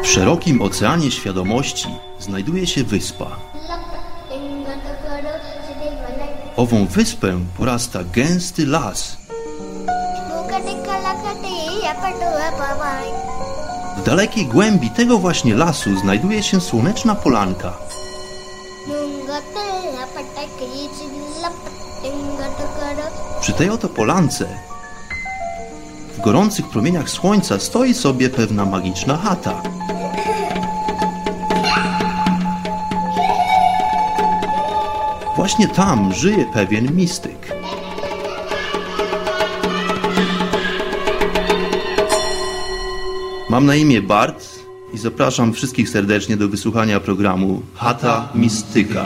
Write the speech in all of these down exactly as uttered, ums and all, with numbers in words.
szerokim oceanie świadomości znajduje się wyspa. Ową wyspę porasta gęsty las. W dalekiej głębi tego właśnie lasu znajduje się słoneczna polanka. Przy tej oto polance, w gorących promieniach słońca, stoi sobie pewna magiczna chata. Właśnie tam żyje pewien mistyk. Mam na imię Bart i zapraszam wszystkich serdecznie do wysłuchania programu Chata Mistyka.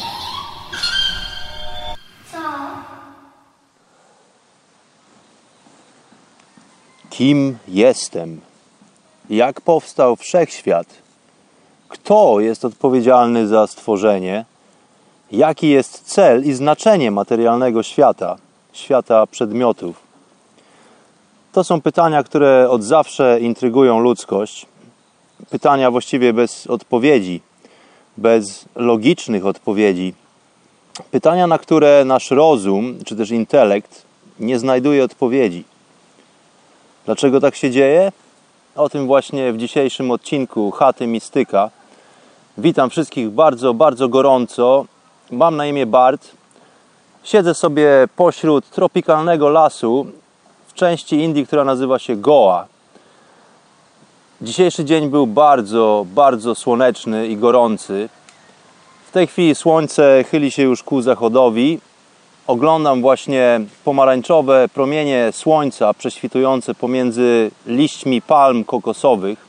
Kim jestem? Jak powstał wszechświat? Kto jest odpowiedzialny za stworzenie? Jaki jest cel i znaczenie materialnego świata, świata przedmiotów? To są pytania, które od zawsze intrygują ludzkość. Pytania właściwie bez odpowiedzi, bez logicznych odpowiedzi. Pytania, na które nasz rozum, czy też intelekt nie znajduje odpowiedzi. Dlaczego tak się dzieje? O tym właśnie w dzisiejszym odcinku Chaty Mistyka. Witam wszystkich bardzo, bardzo gorąco. Mam na imię Bart. Siedzę sobie pośród tropikalnego lasu w części Indii, która nazywa się Goa. Dzisiejszy dzień był bardzo, bardzo słoneczny i gorący. W tej chwili słońce chyli się już ku zachodowi. Oglądam właśnie pomarańczowe promienie słońca prześwitujące pomiędzy liśćmi palm kokosowych.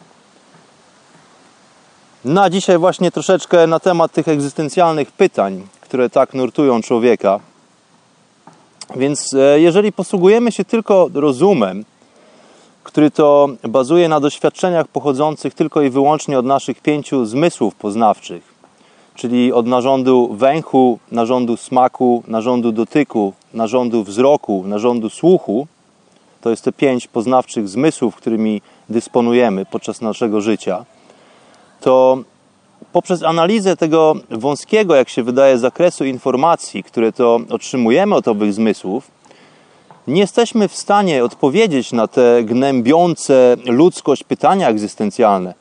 No a dzisiaj właśnie troszeczkę na temat tych egzystencjalnych pytań, które tak nurtują człowieka. Więc jeżeli posługujemy się tylko rozumem, który to bazuje na doświadczeniach pochodzących tylko i wyłącznie od naszych pięciu zmysłów poznawczych, czyli od narządu węchu, narządu smaku, narządu dotyku, narządu wzroku, narządu słuchu, to jest te pięć poznawczych zmysłów, którymi dysponujemy podczas naszego życia, to poprzez analizę tego wąskiego, jak się wydaje, zakresu informacji, które to otrzymujemy od owych zmysłów, nie jesteśmy w stanie odpowiedzieć na te gnębiące ludzkość pytania egzystencjalne.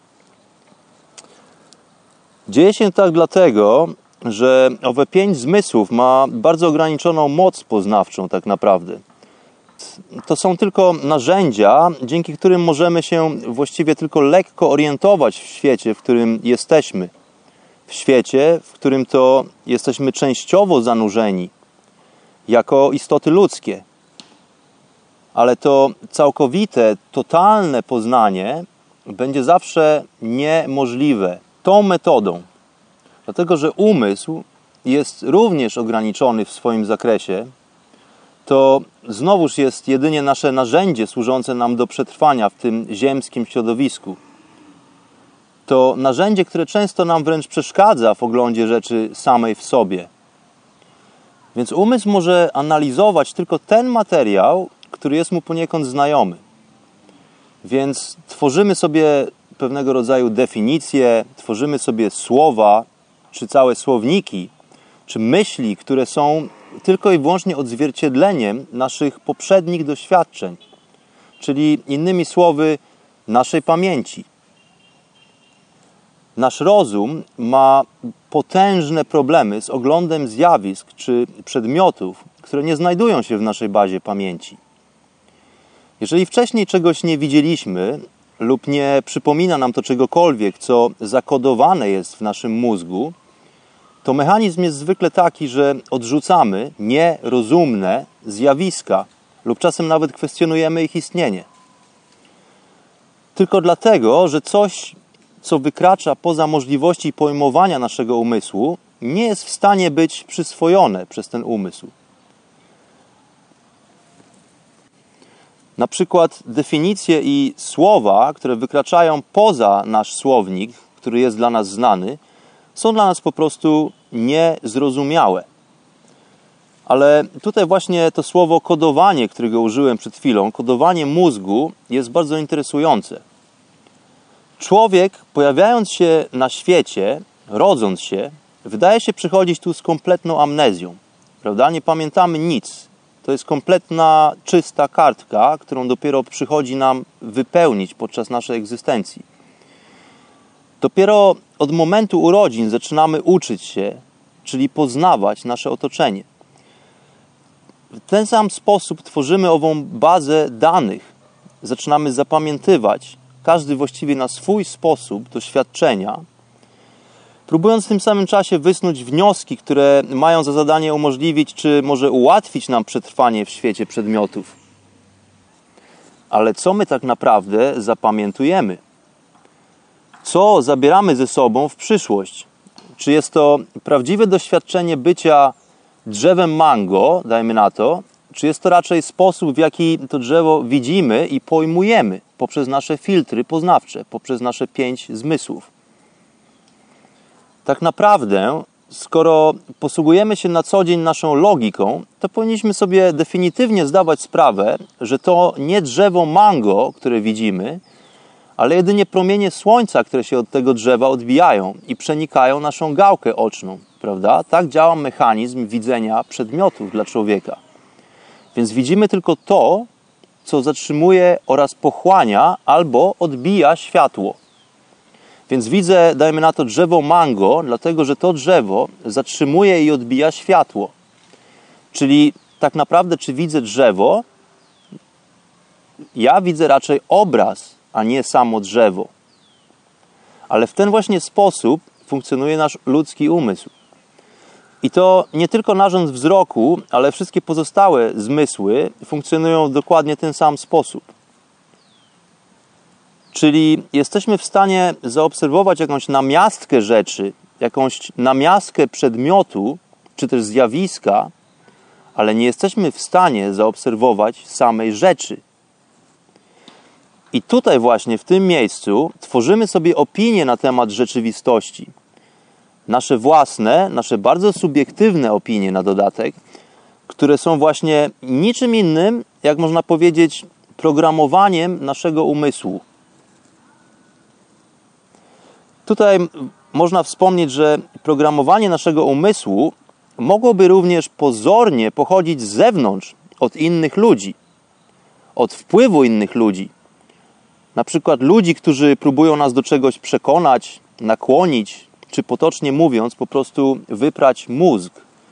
Dzieje się tak dlatego, że owe pięć zmysłów ma bardzo ograniczoną moc poznawczą tak naprawdę. To są tylko narzędzia, dzięki którym możemy się właściwie tylko lekko orientować w świecie, w którym jesteśmy. W świecie, w którym to jesteśmy częściowo zanurzeni jako istoty ludzkie. Ale to całkowite, totalne poznanie będzie zawsze niemożliwe tą metodą. Dlatego, że umysł jest również ograniczony w swoim zakresie. To znowuż jest jedynie nasze narzędzie służące nam do przetrwania w tym ziemskim środowisku. To narzędzie, które często nam wręcz przeszkadza w oglądzie rzeczy samej w sobie. Więc umysł może analizować tylko ten materiał, który jest mu poniekąd znajomy. Więc tworzymy sobie pewnego rodzaju definicje, tworzymy sobie słowa, czy całe słowniki, czy myśli, które są tylko i wyłącznie odzwierciedleniem naszych poprzednich doświadczeń, czyli innymi słowy naszej pamięci. Nasz rozum ma potężne problemy z oglądem zjawisk czy przedmiotów, które nie znajdują się w naszej bazie pamięci. Jeżeli wcześniej czegoś nie widzieliśmy lub nie przypomina nam to czegokolwiek, co zakodowane jest w naszym mózgu, to mechanizm jest zwykle taki, że odrzucamy nierozumne zjawiska lub czasem nawet kwestionujemy ich istnienie. Tylko dlatego, że coś, co wykracza poza możliwości pojmowania naszego umysłu, nie jest w stanie być przyswojone przez ten umysł. Na przykład definicje i słowa, które wykraczają poza nasz słownik, który jest dla nas znany, są dla nas po prostu niezrozumiałe. Ale tutaj właśnie to słowo kodowanie, którego użyłem przed chwilą, kodowanie mózgu jest bardzo interesujące. Człowiek, pojawiając się na świecie, rodząc się, wydaje się przychodzić tu z kompletną amnezją. Prawda? Nie pamiętamy nic. To jest kompletna, czysta kartka, którą dopiero przychodzi nam wypełnić podczas naszej egzystencji. Dopiero od momentu urodzin zaczynamy uczyć się, czyli poznawać nasze otoczenie. W ten sam sposób tworzymy ową bazę danych. Zaczynamy zapamiętywać każdy właściwie na swój sposób doświadczenia, próbując w tym samym czasie wysnuć wnioski, które mają za zadanie umożliwić, czy może ułatwić nam przetrwanie w świecie przedmiotów. Ale co my tak naprawdę zapamiętujemy? Co zabieramy ze sobą w przyszłość? Czy jest to prawdziwe doświadczenie bycia drzewem mango, dajmy na to, czy jest to raczej sposób, w jaki to drzewo widzimy i pojmujemy poprzez nasze filtry poznawcze, poprzez nasze pięć zmysłów? Tak naprawdę, skoro posługujemy się na co dzień naszą logiką, to powinniśmy sobie definitywnie zdawać sprawę, że to nie drzewo mango, które widzimy, ale jedynie promienie słońca, które się od tego drzewa odbijają i przenikają naszą gałkę oczną, prawda? Tak działa mechanizm widzenia przedmiotów dla człowieka. Więc widzimy tylko to, co zatrzymuje oraz pochłania albo odbija światło. Więc widzę, dajmy na to, drzewo mango, dlatego że to drzewo zatrzymuje i odbija światło. Czyli tak naprawdę, czy widzę drzewo? Ja widzę raczej obraz, a nie samo drzewo. Ale w ten właśnie sposób funkcjonuje nasz ludzki umysł. I to nie tylko narząd wzroku, ale wszystkie pozostałe zmysły funkcjonują w dokładnie ten sam sposób. Czyli jesteśmy w stanie zaobserwować jakąś namiastkę rzeczy, jakąś namiastkę przedmiotu, czy też zjawiska, ale nie jesteśmy w stanie zaobserwować samej rzeczy. I tutaj właśnie, w tym miejscu, tworzymy sobie opinie na temat rzeczywistości. Nasze własne, nasze bardzo subiektywne opinie na dodatek, które są właśnie niczym innym, jak można powiedzieć, programowaniem naszego umysłu. Tutaj można wspomnieć, że programowanie naszego umysłu mogłoby również pozornie pochodzić z zewnątrz, od innych ludzi, od wpływu innych ludzi. Na przykład ludzi, którzy próbują nas do czegoś przekonać, nakłonić, czy potocznie mówiąc, po prostu wyprać mózg.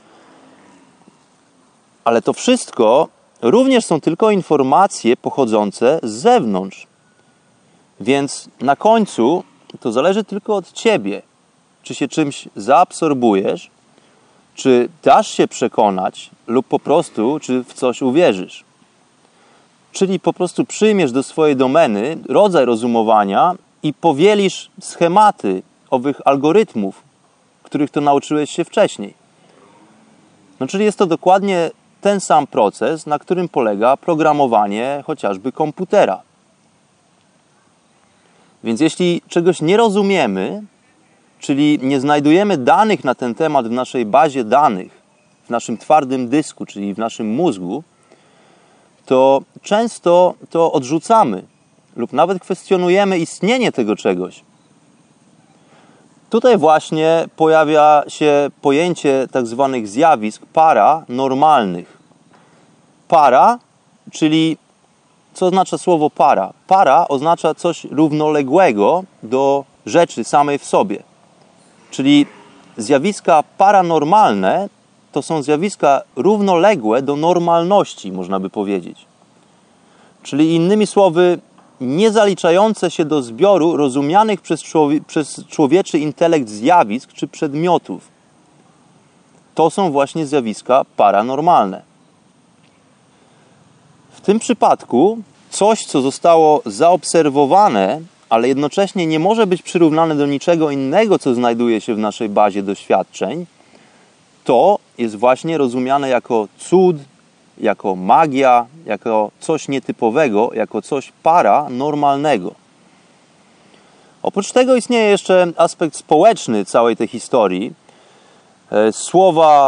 Ale to wszystko również są tylko informacje pochodzące z zewnątrz. Więc na końcu to zależy tylko od ciebie, czy się czymś zaabsorbujesz, czy dasz się przekonać lub po prostu, czy w coś uwierzysz. Czyli po prostu przyjmiesz do swojej domeny rodzaj rozumowania i powielisz schematy owych algorytmów, których to nauczyłeś się wcześniej. No, czyli jest to dokładnie ten sam proces, na którym polega programowanie chociażby komputera. Więc jeśli czegoś nie rozumiemy, czyli nie znajdujemy danych na ten temat w naszej bazie danych, w naszym twardym dysku, czyli w naszym mózgu, to często to odrzucamy lub nawet kwestionujemy istnienie tego czegoś. Tutaj właśnie pojawia się pojęcie tak zwanych zjawisk paranormalnych. Para, czyli co oznacza słowo para? Para oznacza coś równoległego do rzeczy samej w sobie. Czyli zjawiska paranormalne to są zjawiska równoległe do normalności, można by powiedzieć. Czyli innymi słowy, nie zaliczające się do zbioru rozumianych przez, człowie- przez człowieczy intelekt zjawisk czy przedmiotów. To są właśnie zjawiska paranormalne. W tym przypadku coś, co zostało zaobserwowane, ale jednocześnie nie może być przyrównane do niczego innego, co znajduje się w naszej bazie doświadczeń, to jest właśnie rozumiane jako cud, jako magia, jako coś nietypowego, jako coś paranormalnego. Oprócz tego istnieje jeszcze aspekt społeczny całej tej historii. Słowa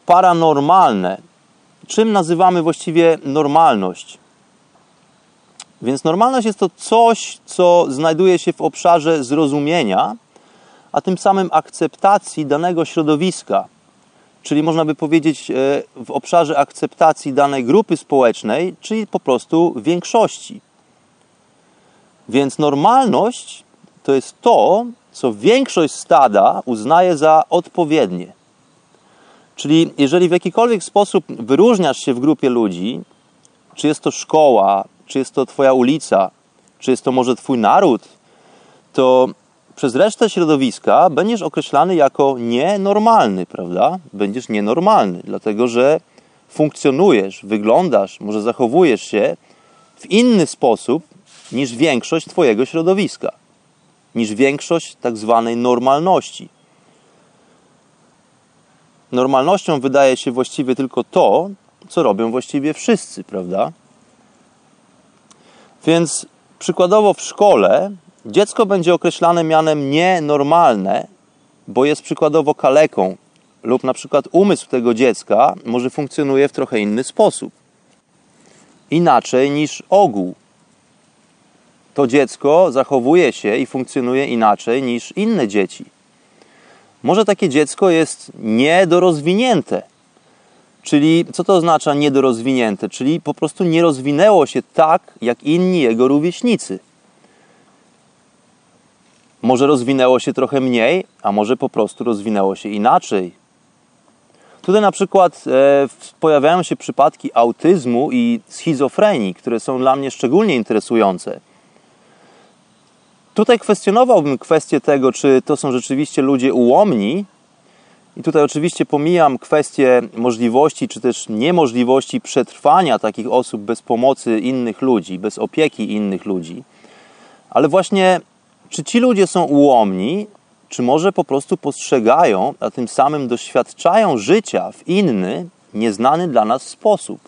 paranormalne. Czym nazywamy właściwie normalność? Więc normalność jest to coś, co znajduje się w obszarze zrozumienia, a tym samym akceptacji danego środowiska. Czyli można by powiedzieć w obszarze akceptacji danej grupy społecznej, czyli po prostu większości. Więc normalność to jest to, co większość stada uznaje za odpowiednie. Czyli jeżeli w jakikolwiek sposób wyróżniasz się w grupie ludzi, czy jest to szkoła, czy jest to twoja ulica, czy jest to może twój naród, to przez resztę środowiska będziesz określany jako nienormalny, prawda? Będziesz nienormalny, dlatego że funkcjonujesz, wyglądasz, może zachowujesz się w inny sposób niż większość twojego środowiska, niż większość tak zwanej normalności. Normalnością wydaje się właściwie tylko to, co robią właściwie wszyscy, prawda? Więc przykładowo w szkole dziecko będzie określane mianem nienormalne, bo jest przykładowo kaleką lub na przykład umysł tego dziecka może funkcjonuje w trochę inny sposób. Inaczej niż ogół. To dziecko zachowuje się i funkcjonuje inaczej niż inne dzieci. Może takie dziecko jest niedorozwinięte. Czyli co to oznacza niedorozwinięte? Czyli po prostu nie rozwinęło się tak, jak inni jego rówieśnicy. Może rozwinęło się trochę mniej, a może po prostu rozwinęło się inaczej. Tutaj na przykład e, pojawiają się przypadki autyzmu i schizofrenii, które są dla mnie szczególnie interesujące. Tutaj kwestionowałbym kwestię tego, czy to są rzeczywiście ludzie ułomni. I tutaj oczywiście pomijam kwestię możliwości, czy też niemożliwości przetrwania takich osób bez pomocy innych ludzi, bez opieki innych ludzi. Ale właśnie, czy ci ludzie są ułomni, czy może po prostu postrzegają, a tym samym doświadczają życia w inny, nieznany dla nas sposób.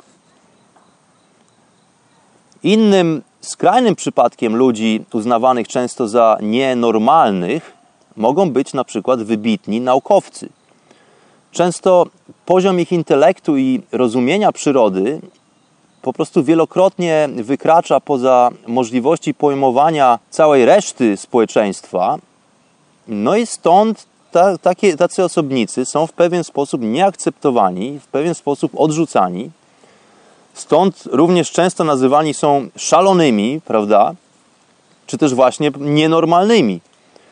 Innym skrajnym przypadkiem ludzi uznawanych często za nienormalnych mogą być na przykład wybitni naukowcy. Często poziom ich intelektu i rozumienia przyrody po prostu wielokrotnie wykracza poza możliwości pojmowania całej reszty społeczeństwa. No i stąd ta, takie, tacy osobnicy są w pewien sposób nieakceptowani, w pewien sposób odrzucani. Stąd również często nazywani są szalonymi, prawda? Czy też właśnie nienormalnymi.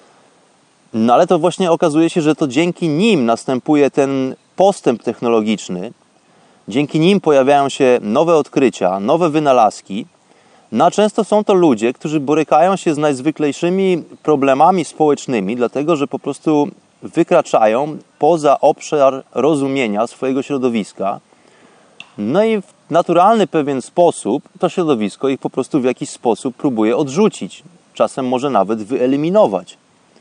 No ale to właśnie okazuje się, że to dzięki nim następuje ten postęp technologiczny. Dzięki nim pojawiają się nowe odkrycia, nowe wynalazki. No a często są to ludzie, którzy borykają się z najzwyklejszymi problemami społecznymi, dlatego że po prostu wykraczają poza obszar rozumienia swojego środowiska. No i w naturalny pewien sposób to środowisko ich po prostu w jakiś sposób próbuje odrzucić. Czasem może nawet wyeliminować.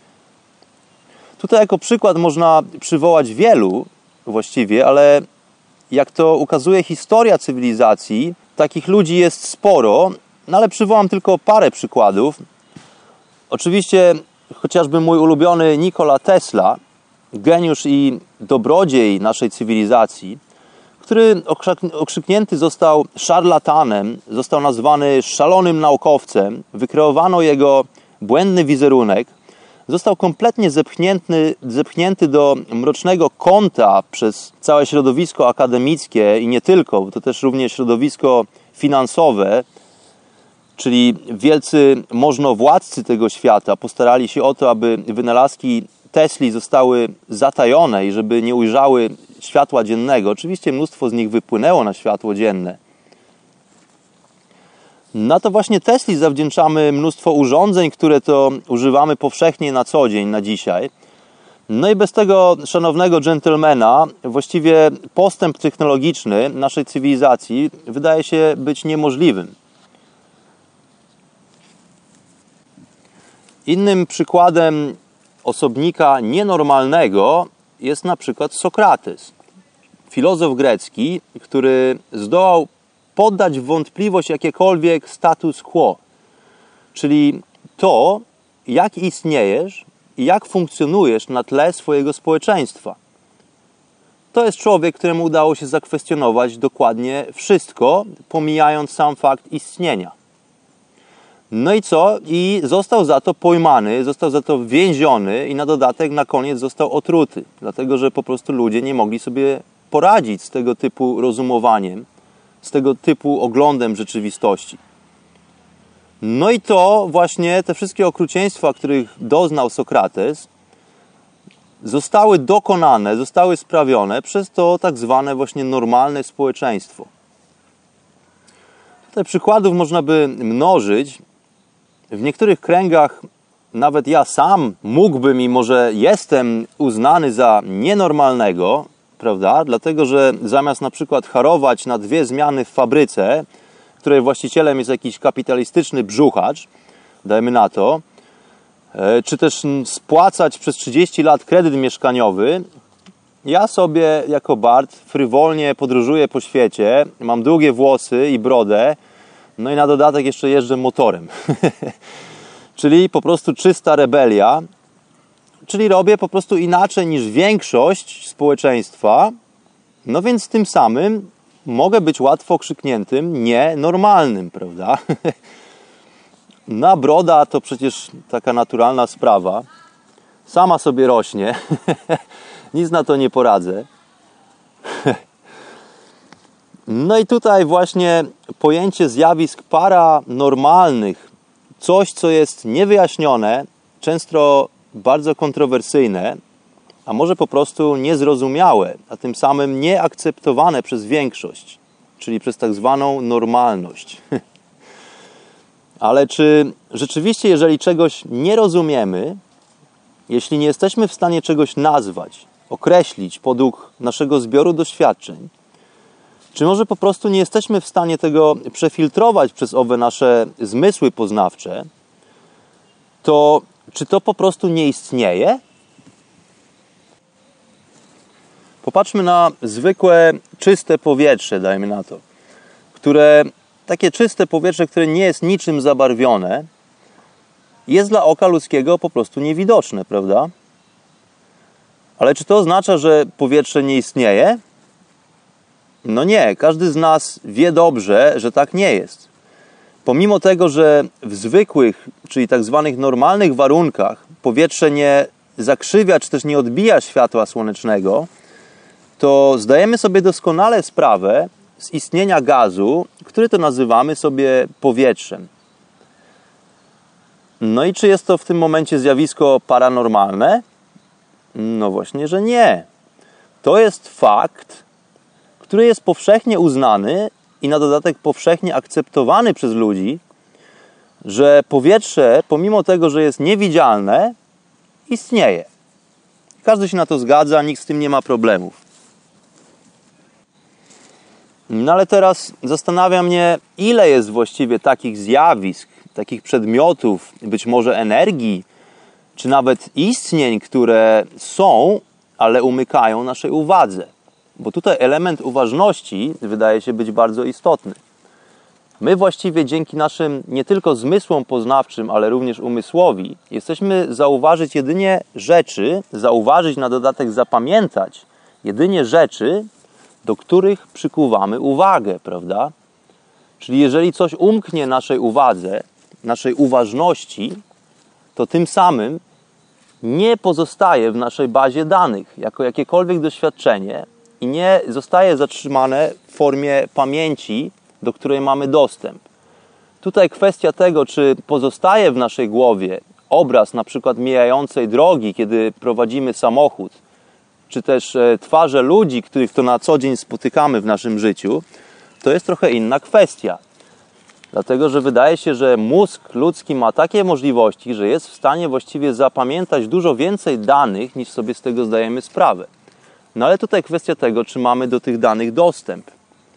Tutaj jako przykład można przywołać wielu właściwie, ale jak to ukazuje historia cywilizacji, takich ludzi jest sporo, no ale przywołam tylko parę przykładów. Oczywiście chociażby mój ulubiony Nikola Tesla, geniusz i dobrodziej naszej cywilizacji, który okrzyknięty został szarlatanem, został nazwany szalonym naukowcem, wykreowano jego błędny wizerunek, został kompletnie zepchnięty, zepchnięty do mrocznego kąta przez całe środowisko akademickie i nie tylko, bo to też również środowisko finansowe, czyli wielcy możnowładcy tego świata postarali się o to, aby wynalazki Tesli zostały zatajone i żeby nie ujrzały światła dziennego. Oczywiście mnóstwo z nich wypłynęło na światło dzienne. No to właśnie Tesli zawdzięczamy mnóstwo urządzeń, które to używamy powszechnie na co dzień, na dzisiaj. No i bez tego szanownego dżentelmena właściwie postęp technologiczny naszej cywilizacji wydaje się być niemożliwym. Innym przykładem osobnika nienormalnego jest na przykład Sokrates, filozof grecki, który zdołał poddać w wątpliwość jakiekolwiek status quo, czyli to, jak istniejesz i jak funkcjonujesz na tle swojego społeczeństwa. To jest człowiek, któremu udało się zakwestionować dokładnie wszystko, pomijając sam fakt istnienia. No i co? I został za to pojmany, został za to więziony i na dodatek na koniec został otruty. Dlatego, że po prostu ludzie nie mogli sobie poradzić z tego typu rozumowaniem, z tego typu oglądem rzeczywistości. No i to właśnie te wszystkie okrucieństwa, których doznał Sokrates, zostały dokonane, zostały sprawione przez to tak zwane właśnie normalne społeczeństwo. Te przykładów można by mnożyć. W niektórych kręgach nawet ja sam mógłbym i może jestem uznany za nienormalnego, prawda? Dlatego, że zamiast na przykład harować na dwie zmiany w fabryce, której właścicielem jest jakiś kapitalistyczny brzuchacz, dajmy na to, czy też spłacać przez trzydzieści lat kredyt mieszkaniowy, ja sobie jako Bart frywolnie podróżuję po świecie, mam długie włosy i brodę, no i na dodatek jeszcze jeżdżę motorem. Czyli po prostu czysta rebelia, czyli robię po prostu inaczej niż większość społeczeństwa, no więc tym samym mogę być łatwo okrzykniętym nienormalnym, prawda? Na broda to przecież taka naturalna sprawa. Sama sobie rośnie. Nic na to nie poradzę. No i tutaj właśnie pojęcie zjawisk paranormalnych, coś co jest niewyjaśnione, często bardzo kontrowersyjne, a może po prostu niezrozumiałe, a tym samym nieakceptowane przez większość, czyli przez tak zwaną normalność. Ale czy rzeczywiście, jeżeli czegoś nie rozumiemy, jeśli nie jesteśmy w stanie czegoś nazwać, określić podług naszego zbioru doświadczeń, czy może po prostu nie jesteśmy w stanie tego przefiltrować przez owe nasze zmysły poznawcze, to czy to po prostu nie istnieje? Popatrzmy na zwykłe, czyste powietrze, dajmy na to, które, takie czyste powietrze, które nie jest niczym zabarwione, jest dla oka ludzkiego po prostu niewidoczne, prawda? Ale czy to oznacza, że powietrze nie istnieje? No nie, każdy z nas wie dobrze, że tak nie jest. Pomimo tego, że w zwykłych, czyli tak zwanych normalnych warunkach powietrze nie zakrzywia, czy też nie odbija światła słonecznego, to zdajemy sobie doskonale sprawę z istnienia gazu, który to nazywamy sobie powietrzem. No i czy jest to w tym momencie zjawisko paranormalne? No właśnie, że nie. To jest fakt, który jest powszechnie uznany i na dodatek powszechnie akceptowany przez ludzi, że powietrze, pomimo tego, że jest niewidzialne, istnieje. Każdy się na to zgadza, nikt z tym nie ma problemów. No ale teraz zastanawia mnie, ile jest właściwie takich zjawisk, takich przedmiotów, być może energii, czy nawet istnień, które są, ale umykają naszej uwadze. Bo tutaj element uważności wydaje się być bardzo istotny. My właściwie dzięki naszym nie tylko zmysłom poznawczym, ale również umysłowi, jesteśmy zauważyć jedynie rzeczy, zauważyć na dodatek zapamiętać jedynie rzeczy, do których przykuwamy uwagę, prawda? Czyli jeżeli coś umknie naszej uwadze, naszej uważności, to tym samym nie pozostaje w naszej bazie danych jako jakiekolwiek doświadczenie i nie zostaje zatrzymane w formie pamięci, do której mamy dostęp. Tutaj kwestia tego, czy pozostaje w naszej głowie obraz na przykład mijającej drogi, kiedy prowadzimy samochód, czy też twarze ludzi, których to na co dzień spotykamy w naszym życiu, to jest trochę inna kwestia. Dlatego, że wydaje się, że mózg ludzki ma takie możliwości, że jest w stanie właściwie zapamiętać dużo więcej danych, niż sobie z tego zdajemy sprawę. No ale tutaj kwestia tego, czy mamy do tych danych dostęp.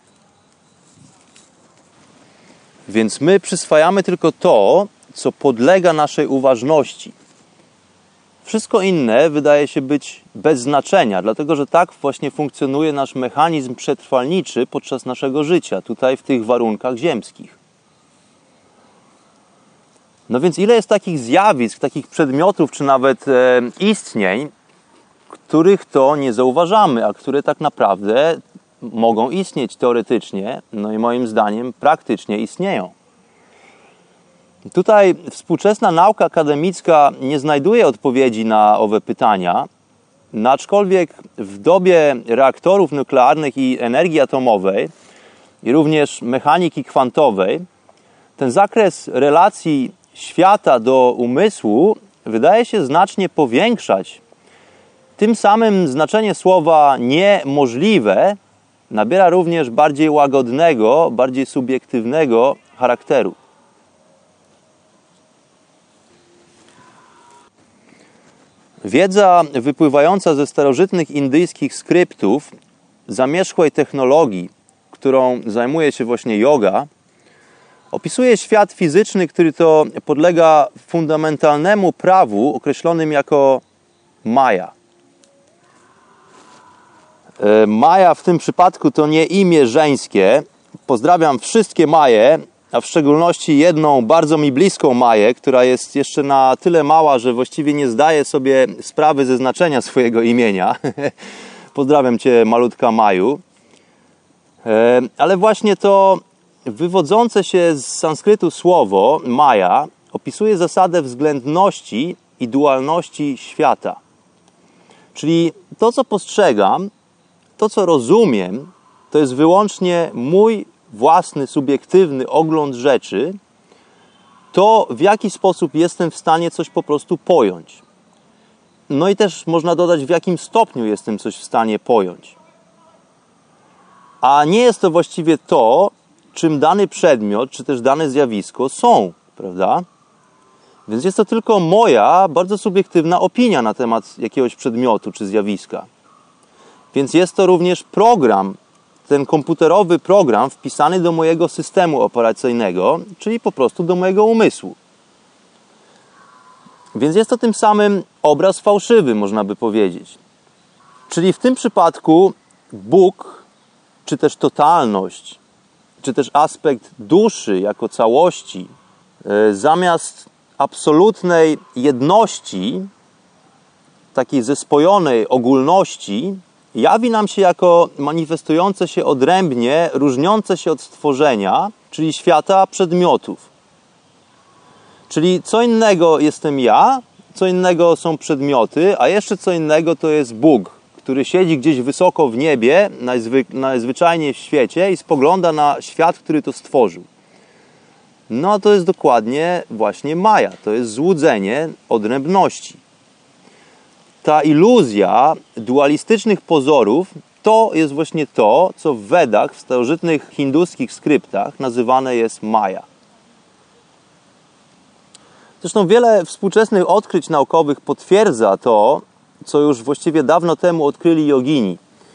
Więc my przyswajamy tylko to, co podlega naszej uważności. Wszystko inne wydaje się być bez znaczenia, dlatego że tak właśnie funkcjonuje nasz mechanizm przetrwalniczy podczas naszego życia, tutaj w tych warunkach ziemskich. No więc ile jest takich zjawisk, takich przedmiotów, czy nawet e, istnień, których to nie zauważamy, a które tak naprawdę mogą istnieć teoretycznie, no i moim zdaniem praktycznie istnieją. Tutaj współczesna nauka akademicka nie znajduje odpowiedzi na owe pytania, no aczkolwiek w dobie reaktorów nuklearnych i energii atomowej i również mechaniki kwantowej ten zakres relacji świata do umysłu wydaje się znacznie powiększać. Tym samym znaczenie słowa niemożliwe nabiera również bardziej łagodnego, bardziej subiektywnego charakteru. Wiedza wypływająca ze starożytnych indyjskich skryptów, zamierzchłej technologii, którą zajmuje się właśnie yoga, opisuje świat fizyczny, który to podlega fundamentalnemu prawu określonym jako Maya. Maja w tym przypadku to nie imię żeńskie. Pozdrawiam wszystkie Maje, a w szczególności jedną bardzo mi bliską Maję, która jest jeszcze na tyle mała, że właściwie nie zdaje sobie sprawy ze znaczenia swojego imienia. Pozdrawiam Cię, malutka Maju. Ale właśnie to wywodzące się z sanskrytu słowo Maja opisuje zasadę względności i dualności świata. Czyli to, co postrzegam, to, co rozumiem, to jest wyłącznie mój własny, subiektywny ogląd rzeczy, to w jaki sposób jestem w stanie coś po prostu pojąć. No i też można dodać, w jakim stopniu jestem coś w stanie pojąć. A nie jest to właściwie to, czym dany przedmiot, czy też dane zjawisko są, prawda? Więc jest to tylko moja, bardzo subiektywna opinia na temat jakiegoś przedmiotu, czy zjawiska. Więc jest to również program, ten komputerowy program wpisany do mojego systemu operacyjnego, czyli po prostu do mojego umysłu. Więc jest to tym samym obraz fałszywy, można by powiedzieć. Czyli w tym przypadku Bóg, czy też totalność, czy też aspekt duszy jako całości, zamiast absolutnej jedności, takiej zespojonej ogólności, jawi nam się jako manifestujące się odrębnie, różniące się od stworzenia, czyli świata przedmiotów. Czyli co innego jestem ja, co innego są przedmioty, a jeszcze co innego to jest Bóg, który siedzi gdzieś wysoko w niebie, najzwy, najzwyczajniej w świecie i spogląda na świat, który to stworzył. No a to jest dokładnie właśnie Maja, to jest złudzenie odrębności. Ta iluzja dualistycznych pozorów to jest właśnie to, co w Wedach, w starożytnych hinduskich skryptach nazywane jest Maja. Zresztą wiele współczesnych odkryć naukowych potwierdza to, co już właściwie dawno temu odkryli jogini.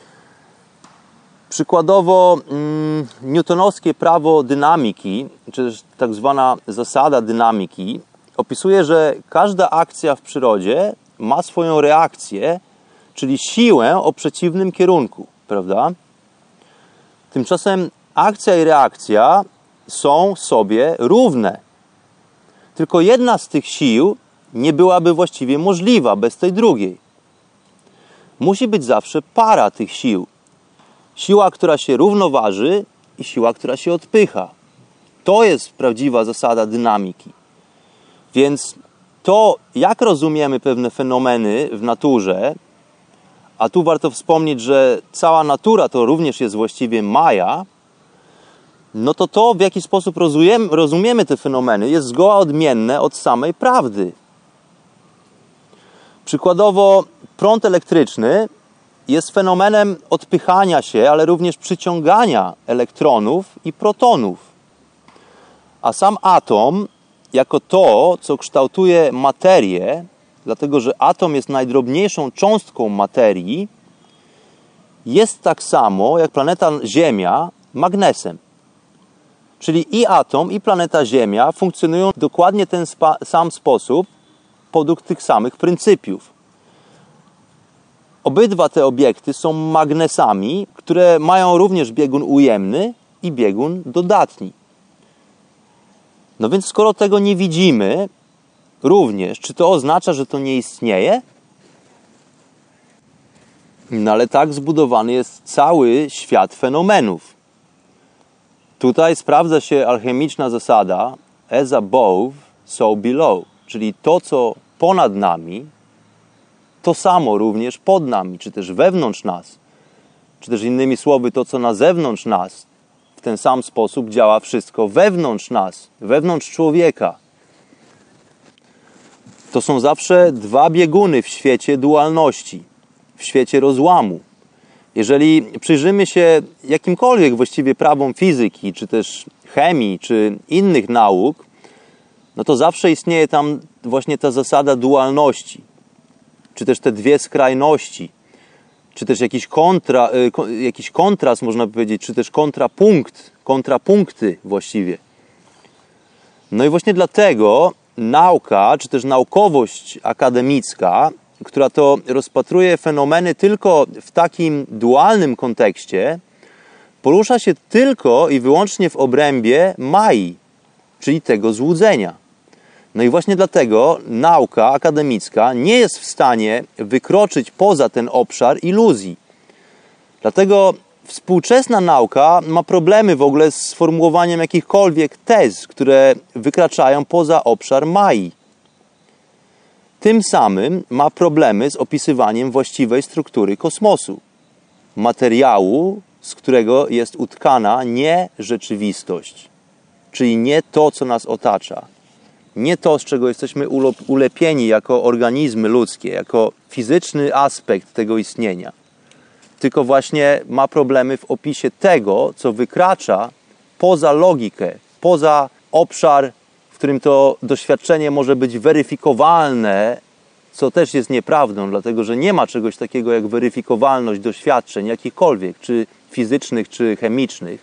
Przykładowo mm, newtonowskie prawo dynamiki, czy też tak zwana zasada dynamiki, opisuje, że każda akcja w przyrodzie ma swoją reakcję, czyli siłę o przeciwnym kierunku, prawda? Tymczasem akcja i reakcja są sobie równe. Tylko jedna z tych sił nie byłaby właściwie możliwa bez tej drugiej. Musi być zawsze para tych sił. Siła, która się równoważy i siła, która się odpycha. To jest prawdziwa zasada dynamiki. Więc to, jak rozumiemy pewne fenomeny w naturze, a tu warto wspomnieć, że cała natura to również jest właściwie Maja, no to to, w jaki sposób rozumiemy, rozumiemy te fenomeny, jest zgoła odmienne od samej prawdy. Przykładowo prąd elektryczny jest fenomenem odpychania się, ale również przyciągania elektronów i protonów. A sam atom, jako to, co kształtuje materię, dlatego że atom jest najdrobniejszą cząstką materii, jest tak samo jak planeta Ziemia magnesem. Czyli i atom, i planeta Ziemia funkcjonują w dokładnie ten spa- sam sposób, według tych samych pryncypiów. Obydwa te obiekty są magnesami, które mają również biegun ujemny i biegun dodatni. No więc skoro tego nie widzimy również, czy to oznacza, że to nie istnieje? No ale tak zbudowany jest cały świat fenomenów. Tutaj sprawdza się alchemiczna zasada, as above, so below. Czyli to, co ponad nami, to samo również pod nami, czy też wewnątrz nas. Czy też innymi słowy, to, co na zewnątrz nas, w ten sam sposób działa wszystko wewnątrz nas, wewnątrz człowieka. To są zawsze dwa bieguny w świecie dualności, w świecie rozłamu. Jeżeli przyjrzymy się jakimkolwiek właściwie prawom fizyki, czy też chemii, czy innych nauk, no to zawsze istnieje tam właśnie ta zasada dualności, czy też te dwie skrajności, czy też jakiś, kontra, jakiś kontrast, można powiedzieć, czy też kontrapunkt, kontrapunkty właściwie. No i właśnie dlatego nauka, czy też naukowość akademicka, która to rozpatruje fenomeny tylko w takim dualnym kontekście, porusza się tylko i wyłącznie w obrębie Mai, czyli tego złudzenia. No i właśnie dlatego nauka akademicka nie jest w stanie wykroczyć poza ten obszar iluzji. Dlatego współczesna nauka ma problemy w ogóle z sformułowaniem jakichkolwiek tez, które wykraczają poza obszar Mai. Tym samym ma problemy z opisywaniem właściwej struktury kosmosu, materiału, z którego jest utkana nie rzeczywistość, czyli nie to, co nas otacza, nie to, z czego jesteśmy ulepieni jako organizmy ludzkie, jako fizyczny aspekt tego istnienia, tylko właśnie ma problemy w opisie tego, co wykracza poza logikę, poza obszar, w którym to doświadczenie może być weryfikowalne, co też jest nieprawdą, dlatego że nie ma czegoś takiego jak weryfikowalność doświadczeń, jakichkolwiek, czy fizycznych, czy chemicznych.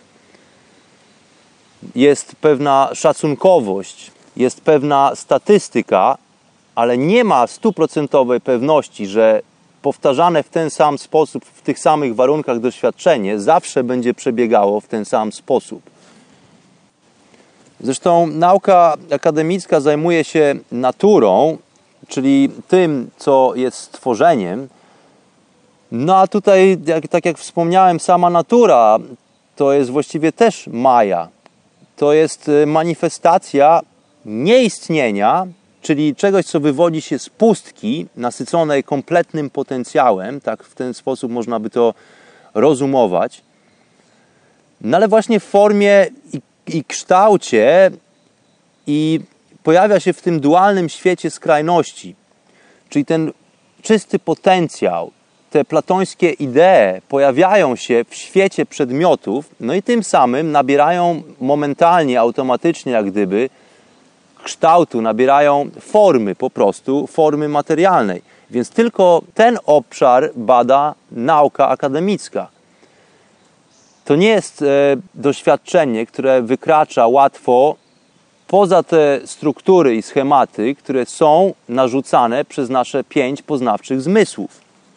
Jest pewna szacunkowość, jest pewna statystyka, ale nie ma stuprocentowej pewności, że powtarzane w ten sam sposób, w tych samych warunkach doświadczenie zawsze będzie przebiegało w ten sam sposób. Zresztą nauka akademicka zajmuje się naturą, czyli tym, co jest stworzeniem. No a tutaj, jak, tak jak wspomniałem, sama natura to jest właściwie też Maja. To jest manifestacja nieistnienia, czyli czegoś, co wywodzi się z pustki nasyconej kompletnym potencjałem, tak w ten sposób można by to rozumować, no ale właśnie w formie i, i kształcie i pojawia się w tym dualnym świecie skrajności, czyli ten czysty potencjał, te platońskie idee pojawiają się w świecie przedmiotów, no i tym samym nabierają momentalnie, automatycznie jak gdyby kształtu, nabierają formy po prostu, formy materialnej. Więc tylko ten obszar bada nauka akademicka. To nie jest e, doświadczenie, które wykracza łatwo poza te struktury i schematy, które są narzucane przez nasze pięć poznawczych zmysłów.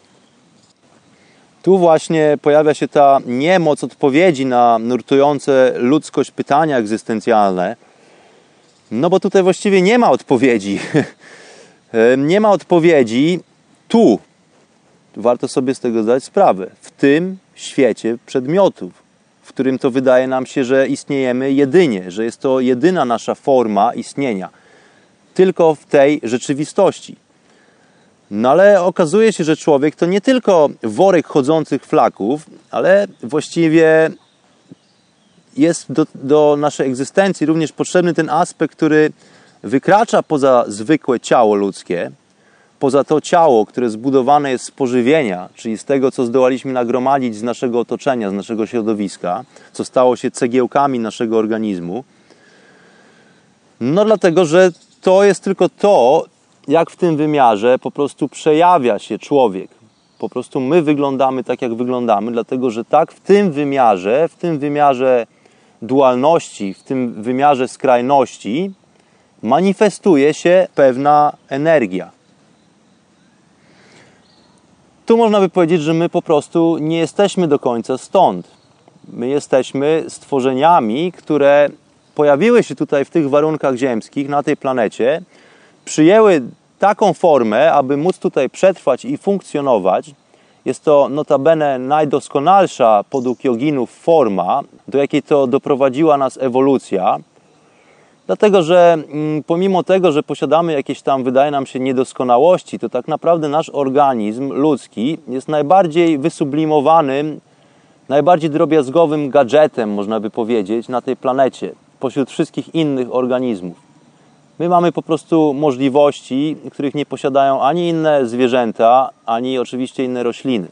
Tu właśnie pojawia się ta niemoc odpowiedzi na nurtujące ludzkość pytania egzystencjalne. No bo tutaj właściwie nie ma odpowiedzi. Nie ma odpowiedzi tu. Warto sobie z tego zdać sprawę. W tym świecie przedmiotów, w którym to wydaje nam się, że istniejemy jedynie, że jest to jedyna nasza forma istnienia. Tylko w tej rzeczywistości. No ale okazuje się, że człowiek to nie tylko worek chodzących flaków, ale właściwie jest do, do naszej egzystencji również potrzebny ten aspekt, który wykracza poza zwykłe ciało ludzkie, poza to ciało, które zbudowane jest z pożywienia, czyli z tego, co zdołaliśmy nagromadzić z naszego otoczenia, z naszego środowiska, co stało się cegiełkami naszego organizmu. No dlatego, że to jest tylko to, jak w tym wymiarze po prostu przejawia się człowiek. Po prostu my wyglądamy tak, jak wyglądamy, dlatego, że tak w tym wymiarze, w tym wymiarze dualności, w tym wymiarze skrajności manifestuje się pewna energia. Tu można by powiedzieć, że my po prostu nie jesteśmy do końca stąd. My jesteśmy stworzeniami, które pojawiły się tutaj w tych warunkach ziemskich, na tej planecie, przyjęły taką formę, aby móc tutaj przetrwać i funkcjonować. Jest to notabene najdoskonalsza podług joginów forma, do jakiej to doprowadziła nas ewolucja. Dlatego, że pomimo tego, że posiadamy jakieś tam, wydaje nam się, niedoskonałości, to tak naprawdę nasz organizm ludzki jest najbardziej wysublimowanym, najbardziej drobiazgowym gadżetem, można by powiedzieć, na tej planecie, pośród wszystkich innych organizmów. My mamy po prostu możliwości, których nie posiadają ani inne zwierzęta, ani oczywiście inne rośliny.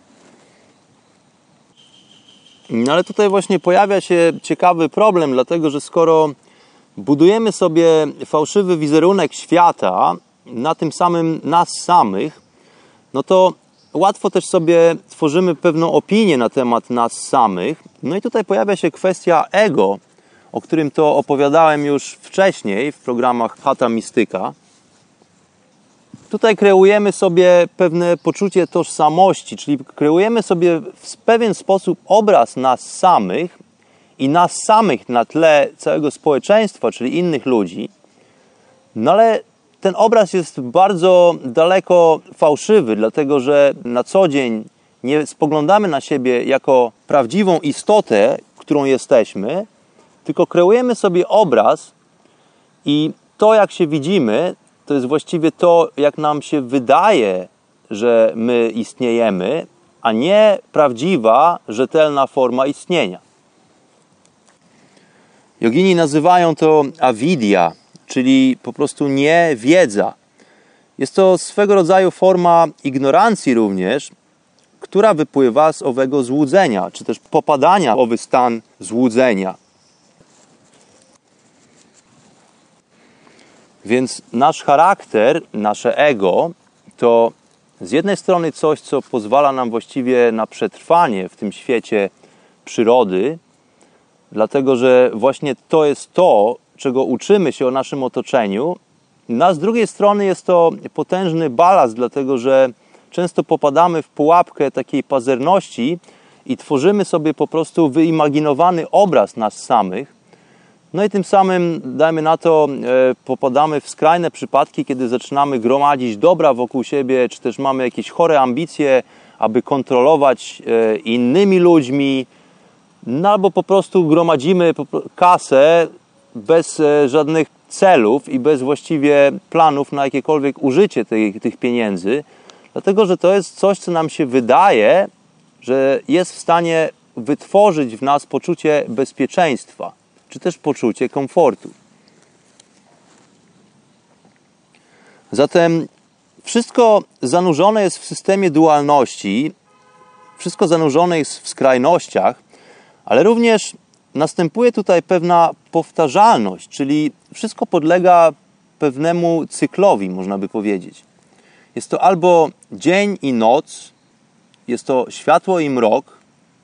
No ale tutaj właśnie pojawia się ciekawy problem, dlatego że skoro budujemy sobie fałszywy wizerunek świata na tym samym nas samych, no to łatwo też sobie tworzymy pewną opinię na temat nas samych. No i tutaj pojawia się kwestia ego, o którym to opowiadałem już wcześniej w programach Chata Mistyka. Tutaj kreujemy sobie pewne poczucie tożsamości, czyli kreujemy sobie w pewien sposób obraz nas samych i nas samych na tle całego społeczeństwa, czyli innych ludzi. No ale ten obraz jest bardzo daleko fałszywy, dlatego że na co dzień nie spoglądamy na siebie jako prawdziwą istotę, którą jesteśmy, tylko kreujemy sobie obraz i to, jak się widzimy, to jest właściwie to, jak nam się wydaje, że my istniejemy, a nie prawdziwa, rzetelna forma istnienia. Jogini nazywają to avidya, czyli po prostu niewiedza. Jest to swego rodzaju forma ignorancji również, która wypływa z owego złudzenia, czy też popadania w owy stan złudzenia. Więc nasz charakter, nasze ego, to z jednej strony coś, co pozwala nam właściwie na przetrwanie w tym świecie przyrody, dlatego że właśnie to jest to, czego uczymy się o naszym otoczeniu. A z drugiej strony jest to potężny balast, dlatego że często popadamy w pułapkę takiej pazerności i tworzymy sobie po prostu wyimaginowany obraz nas samych. No i tym samym, dajmy na to, popadamy w skrajne przypadki, kiedy zaczynamy gromadzić dobra wokół siebie, czy też mamy jakieś chore ambicje, aby kontrolować innymi ludźmi, no albo po prostu gromadzimy kasę bez żadnych celów i bez właściwie planów na jakiekolwiek użycie tych, tych pieniędzy, dlatego że to jest coś, co nam się wydaje, że jest w stanie wytworzyć w nas poczucie bezpieczeństwa, czy też poczucie komfortu. Zatem wszystko zanurzone jest w systemie dualności, wszystko zanurzone jest w skrajnościach, ale również następuje tutaj pewna powtarzalność, czyli wszystko podlega pewnemu cyklowi, można by powiedzieć. Jest to albo dzień i noc, jest to światło i mrok,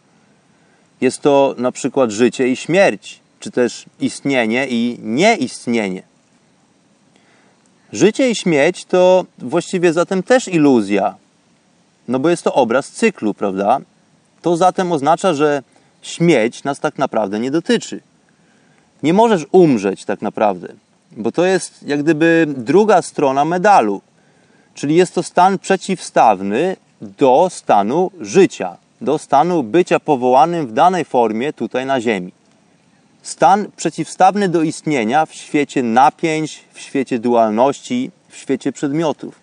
jest to na przykład życie i śmierć, czy też istnienie i nieistnienie. Życie i śmierć to właściwie zatem też iluzja, no bo jest to obraz cyklu, prawda? To zatem oznacza, że śmierć nas tak naprawdę nie dotyczy. Nie możesz umrzeć tak naprawdę, bo to jest jak gdyby druga strona medalu, czyli jest to stan przeciwstawny do stanu życia, do stanu bycia powołanym w danej formie tutaj na ziemi. Stan przeciwstawny do istnienia w świecie napięć, w świecie dualności, w świecie przedmiotów.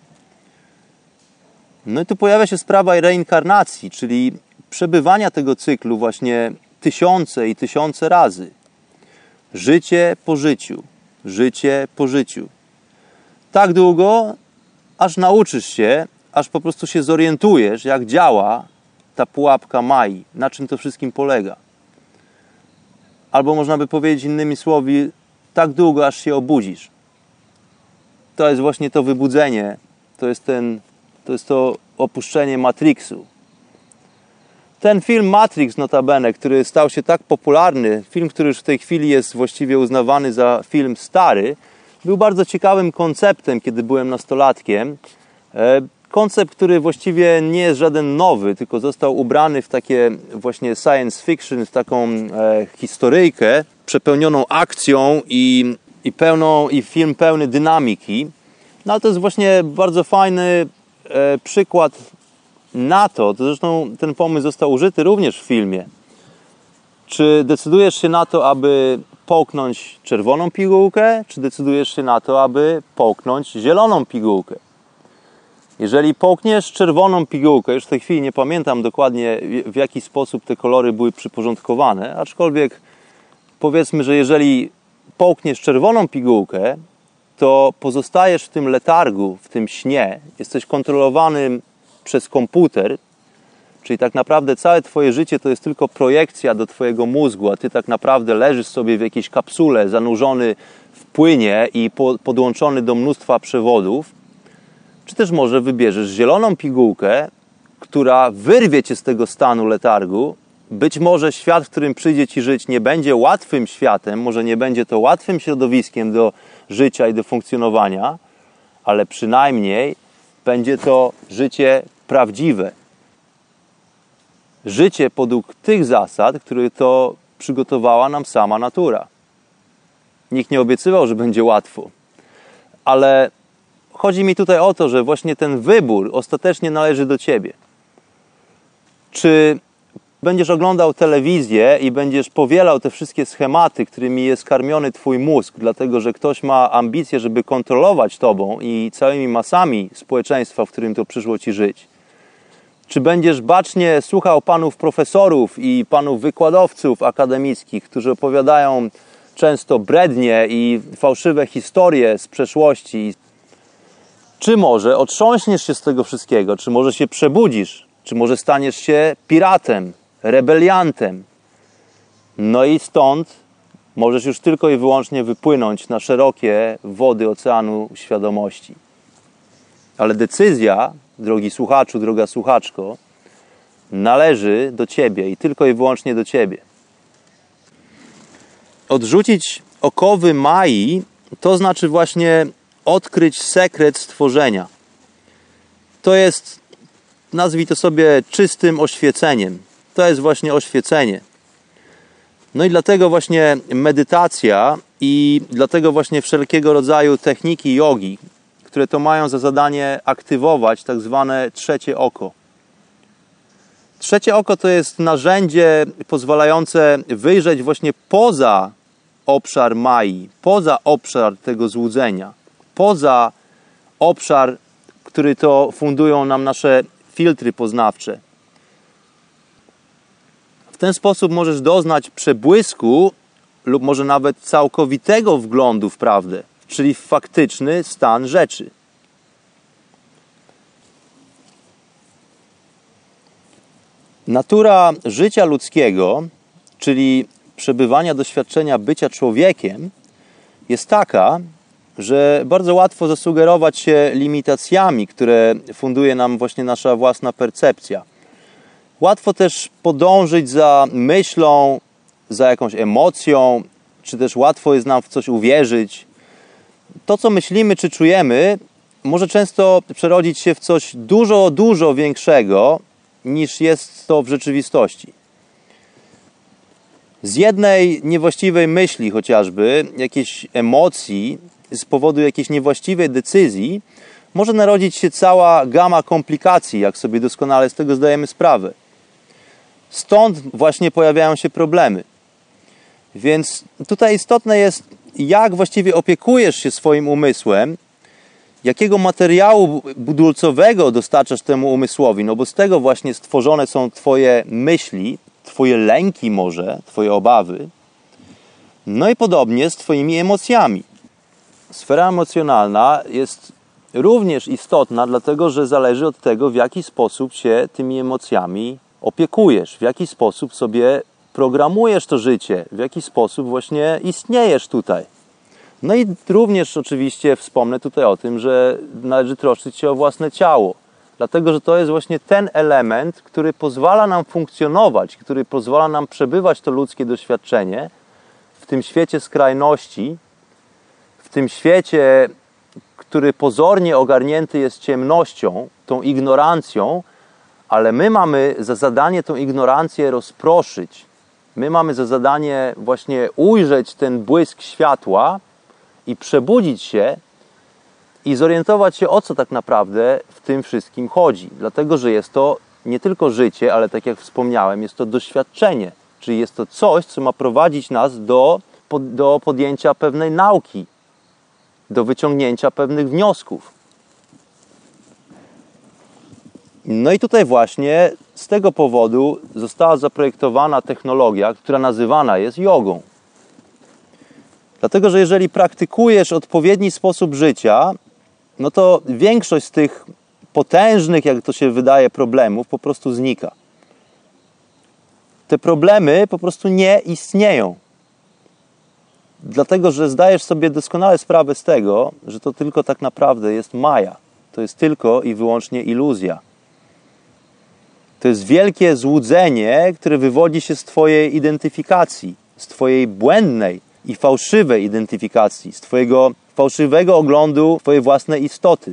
No i tu pojawia się sprawa reinkarnacji, czyli przebywania tego cyklu właśnie tysiące i tysiące razy. Życie po życiu, życie po życiu. Tak długo, aż nauczysz się, aż po prostu się zorientujesz, jak działa ta pułapka Mai, na czym to wszystkim polega. Albo można by powiedzieć innymi słowy, tak długo, aż się obudzisz. To jest właśnie to wybudzenie, to jest, ten, to, jest to opuszczenie Matrixu. Ten film Matrix notabene, który stał się tak popularny, film, który już w tej chwili jest właściwie uznawany za film stary, był bardzo ciekawym konceptem, kiedy byłem nastolatkiem. Koncept, który właściwie nie jest żaden nowy, tylko został ubrany w takie właśnie science fiction, w taką e, historyjkę przepełnioną akcją i, i, pełną, i film pełny dynamiki. No ale to jest właśnie bardzo fajny e, przykład na to, to zresztą ten pomysł został użyty również w filmie. Czy decydujesz się na to, aby połknąć czerwoną pigułkę, czy decydujesz się na to, aby połknąć zieloną pigułkę? Jeżeli połkniesz czerwoną pigułkę, już w tej chwili nie pamiętam dokładnie, w jaki sposób te kolory były przyporządkowane, aczkolwiek powiedzmy, że jeżeli połkniesz czerwoną pigułkę, to pozostajesz w tym letargu, w tym śnie, jesteś kontrolowanym przez komputer, czyli tak naprawdę całe twoje życie to jest tylko projekcja do twojego mózgu, a ty tak naprawdę leżysz sobie w jakiejś kapsule, zanurzony w płynie i podłączony do mnóstwa przewodów. Czy też może wybierzesz zieloną pigułkę, która wyrwie cię z tego stanu letargu. Być może świat, w którym przyjdzie ci żyć, nie będzie łatwym światem, może nie będzie to łatwym środowiskiem do życia i do funkcjonowania, ale przynajmniej będzie to życie prawdziwe. Życie według tych zasad, które to przygotowała nam sama natura. Nikt nie obiecywał, że będzie łatwo, ale chodzi mi tutaj o to, że właśnie ten wybór ostatecznie należy do ciebie. Czy będziesz oglądał telewizję i będziesz powielał te wszystkie schematy, którymi jest karmiony twój mózg, dlatego że ktoś ma ambicje, żeby kontrolować tobą i całymi masami społeczeństwa, w którym to przyszło ci żyć? Czy będziesz bacznie słuchał panów profesorów i panów wykładowców akademickich, którzy opowiadają często brednie i fałszywe historie z przeszłości? Czy może otrząśniesz się z tego wszystkiego? Czy może się przebudzisz? Czy może staniesz się piratem, rebeliantem? No i stąd możesz już tylko i wyłącznie wypłynąć na szerokie wody oceanu świadomości. Ale decyzja, drogi słuchaczu, droga słuchaczko, należy do ciebie i tylko i wyłącznie do ciebie. Odrzucić okowy Mai to znaczy właśnie odkryć sekret stworzenia. To jest, nazwij to sobie, czystym oświeceniem. To jest właśnie oświecenie. No i dlatego właśnie medytacja i dlatego właśnie wszelkiego rodzaju techniki jogi, które to mają za zadanie aktywować tak zwane trzecie oko. Trzecie oko to jest narzędzie pozwalające wyjrzeć właśnie poza obszar Mai, poza obszar tego złudzenia, poza obszar, który to fundują nam nasze filtry poznawcze. W ten sposób możesz doznać przebłysku lub może nawet całkowitego wglądu w prawdę, czyli w faktyczny stan rzeczy. Natura życia ludzkiego, czyli przebywania doświadczenia bycia człowiekiem, jest taka, że bardzo łatwo zasugerować się limitacjami, które funduje nam właśnie nasza własna percepcja. Łatwo też podążyć za myślą, za jakąś emocją, czy też łatwo jest nam w coś uwierzyć. To, co myślimy czy czujemy, może często przerodzić się w coś dużo, dużo większego, niż jest to w rzeczywistości. Z jednej niewłaściwej myśli chociażby, jakiejś emocji, z powodu jakiejś niewłaściwej decyzji, może narodzić się cała gama komplikacji, jak sobie doskonale z tego zdajemy sprawę. Stąd właśnie pojawiają się problemy. Więc tutaj istotne jest, jak właściwie opiekujesz się swoim umysłem, jakiego materiału budulcowego dostarczasz temu umysłowi, no bo z tego właśnie stworzone są twoje myśli, twoje lęki może, twoje obawy, no i podobnie z twoimi emocjami. Sfera emocjonalna jest również istotna, dlatego że zależy od tego, w jaki sposób się tymi emocjami opiekujesz, w jaki sposób sobie programujesz to życie, w jaki sposób właśnie istniejesz tutaj. No i również oczywiście wspomnę tutaj o tym, że należy troszczyć się o własne ciało, dlatego że to jest właśnie ten element, który pozwala nam funkcjonować, który pozwala nam przebywać to ludzkie doświadczenie w tym świecie skrajności, w tym świecie, który pozornie ogarnięty jest ciemnością, tą ignorancją, ale my mamy za zadanie tą ignorancję rozproszyć. My mamy za zadanie właśnie ujrzeć ten błysk światła i przebudzić się i zorientować się, o co tak naprawdę w tym wszystkim chodzi. Dlatego, że jest to nie tylko życie, ale tak jak wspomniałem, jest to doświadczenie. Czyli jest to coś, co ma prowadzić nas do do podjęcia pewnej nauki, do wyciągnięcia pewnych wniosków. No i tutaj właśnie z tego powodu została zaprojektowana technologia, która nazywana jest jogą. Dlatego, że jeżeli praktykujesz odpowiedni sposób życia, no to większość z tych potężnych, jak to się wydaje, problemów po prostu znika. Te problemy po prostu nie istnieją. Dlatego, że zdajesz sobie doskonale sprawę z tego, że to tylko tak naprawdę jest maja. To jest tylko i wyłącznie iluzja. To jest wielkie złudzenie, które wywodzi się z twojej identyfikacji, z twojej błędnej i fałszywej identyfikacji, z twojego fałszywego oglądu twojej własnej istoty.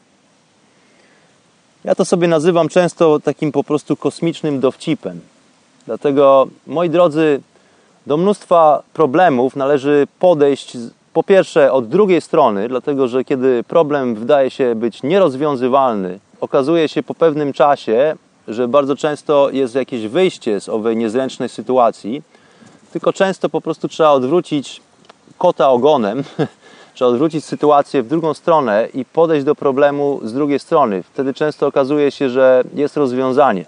Ja to sobie nazywam często takim po prostu kosmicznym dowcipem. Dlatego, moi drodzy, do mnóstwa problemów należy podejść po pierwsze od drugiej strony, dlatego że kiedy problem wydaje się być nierozwiązywalny, okazuje się po pewnym czasie, że bardzo często jest jakieś wyjście z owej niezręcznej sytuacji, tylko często po prostu trzeba odwrócić kota ogonem, trzeba odwrócić sytuację w drugą stronę i podejść do problemu z drugiej strony. Wtedy często okazuje się, że jest rozwiązanie.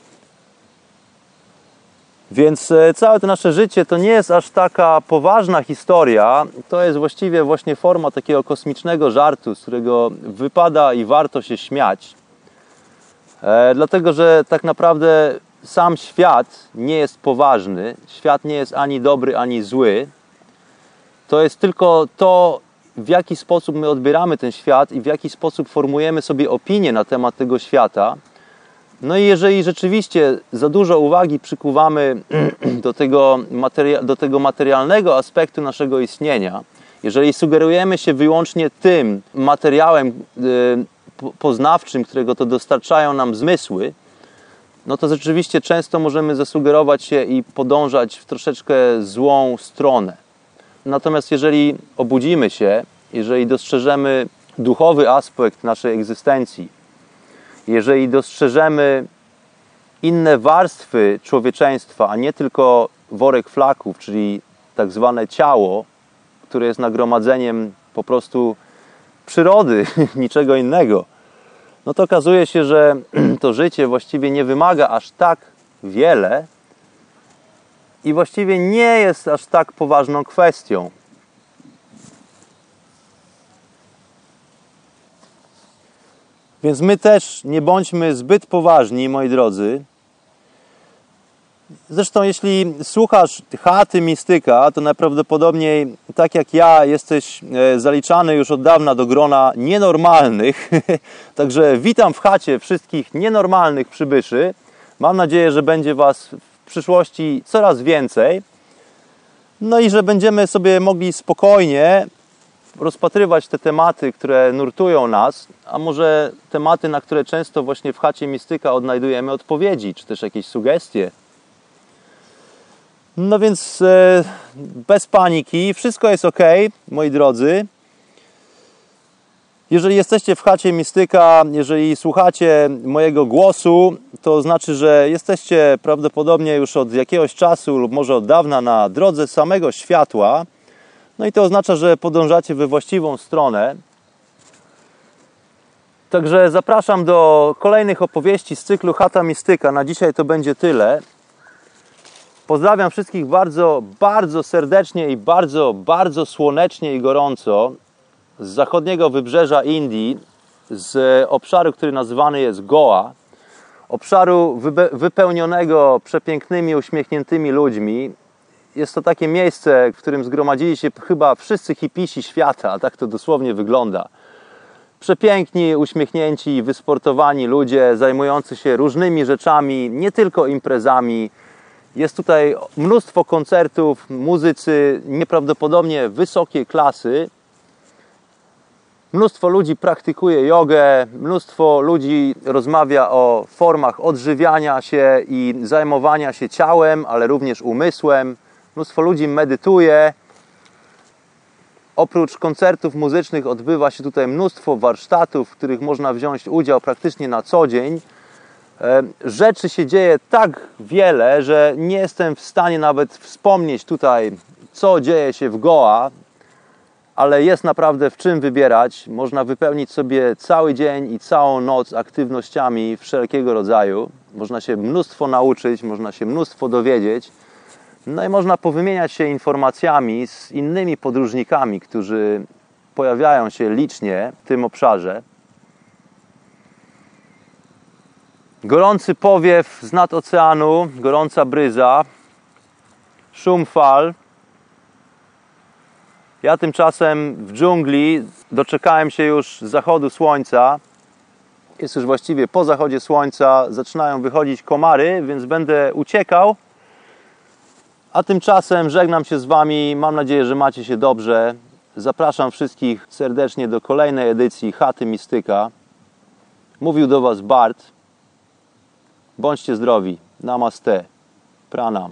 Więc całe to nasze życie to nie jest aż taka poważna historia, to jest właściwie właśnie forma takiego kosmicznego żartu, z którego wypada i warto się śmiać. E, dlatego, że tak naprawdę sam świat nie jest poważny, świat nie jest ani dobry, ani zły. To jest tylko to, w jaki sposób my odbieramy ten świat i w jaki sposób formujemy sobie opinię na temat tego świata. No i jeżeli rzeczywiście za dużo uwagi przykuwamy do tego, materia- do tego materialnego aspektu naszego istnienia, jeżeli sugerujemy się wyłącznie tym materiałem yy, poznawczym, którego to dostarczają nam zmysły, no to rzeczywiście często możemy zasugerować się i podążać w troszeczkę złą stronę. Natomiast jeżeli obudzimy się, jeżeli dostrzeżemy duchowy aspekt naszej egzystencji, jeżeli dostrzeżemy inne warstwy człowieczeństwa, a nie tylko worek flaków, czyli tak zwane ciało, które jest nagromadzeniem po prostu przyrody, niczego innego, no to okazuje się, że to życie właściwie nie wymaga aż tak wiele i właściwie nie jest aż tak poważną kwestią. Więc my też nie bądźmy zbyt poważni, moi drodzy. Zresztą jeśli słuchasz Chaty Mistyka, to najprawdopodobniej, tak jak ja, jesteś zaliczany już od dawna do grona nienormalnych. Także witam w chacie wszystkich nienormalnych przybyszy. Mam nadzieję, że będzie was w przyszłości coraz więcej. No i że będziemy sobie mogli spokojnie rozpatrywać te tematy, które nurtują nas, a może tematy, na które często właśnie w Chacie Mistyka odnajdujemy odpowiedzi, czy też jakieś sugestie. No więc e, bez paniki, wszystko jest ok, moi drodzy. Jeżeli jesteście w Chacie Mistyka, jeżeli słuchacie mojego głosu, to znaczy, że jesteście prawdopodobnie już od jakiegoś czasu lub może od dawna na drodze samego światła. No i to oznacza, że podążacie we właściwą stronę. Także zapraszam do kolejnych opowieści z cyklu Chata Mistyka. Na dzisiaj to będzie tyle. Pozdrawiam wszystkich bardzo, bardzo serdecznie i bardzo, bardzo słonecznie i gorąco z zachodniego wybrzeża Indii, z obszaru, który nazywany jest Goa. Obszaru wypełnionego przepięknymi, uśmiechniętymi ludźmi. Jest to takie miejsce, w którym zgromadzili się chyba wszyscy hipisi świata, tak to dosłownie wygląda. Przepiękni, uśmiechnięci, wysportowani ludzie, zajmujący się różnymi rzeczami, nie tylko imprezami. Jest tutaj mnóstwo koncertów, muzycy nieprawdopodobnie wysokiej klasy. Mnóstwo ludzi praktykuje jogę, mnóstwo ludzi rozmawia o formach odżywiania się i zajmowania się ciałem, ale również umysłem. Mnóstwo ludzi medytuje. Oprócz koncertów muzycznych odbywa się tutaj mnóstwo warsztatów, w których można wziąć udział praktycznie na co dzień. Rzeczy się dzieje tak wiele, że nie jestem w stanie nawet wspomnieć tutaj co dzieje się w Goa, ale jest naprawdę w czym wybierać. Można wypełnić sobie cały dzień i całą noc aktywnościami wszelkiego rodzaju. Można się mnóstwo nauczyć, można się mnóstwo dowiedzieć. No i można powymieniać się informacjami z innymi podróżnikami, którzy pojawiają się licznie w tym obszarze. Gorący powiew z nad oceanu, gorąca bryza, szum fal. Ja tymczasem w dżungli doczekałem się już zachodu słońca. Jest już właściwie po zachodzie słońca, zaczynają wychodzić komary, więc będę uciekał. A tymczasem żegnam się z Wami. Mam nadzieję, że macie się dobrze. Zapraszam wszystkich serdecznie do kolejnej edycji Chaty Mistyka. Mówił do Was Bart. Bądźcie zdrowi. Namaste. Pranam.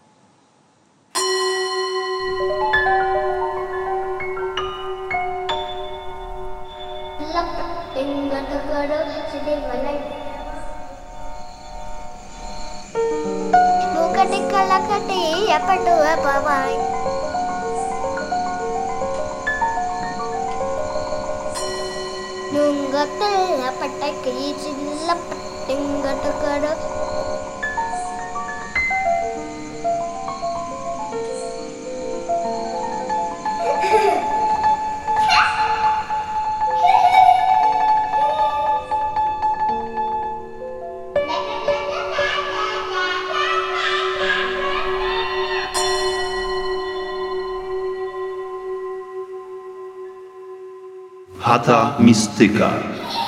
Mukati kalakati apatu apawai Nungatil apataki chillapatingatakara Chata Mistyka.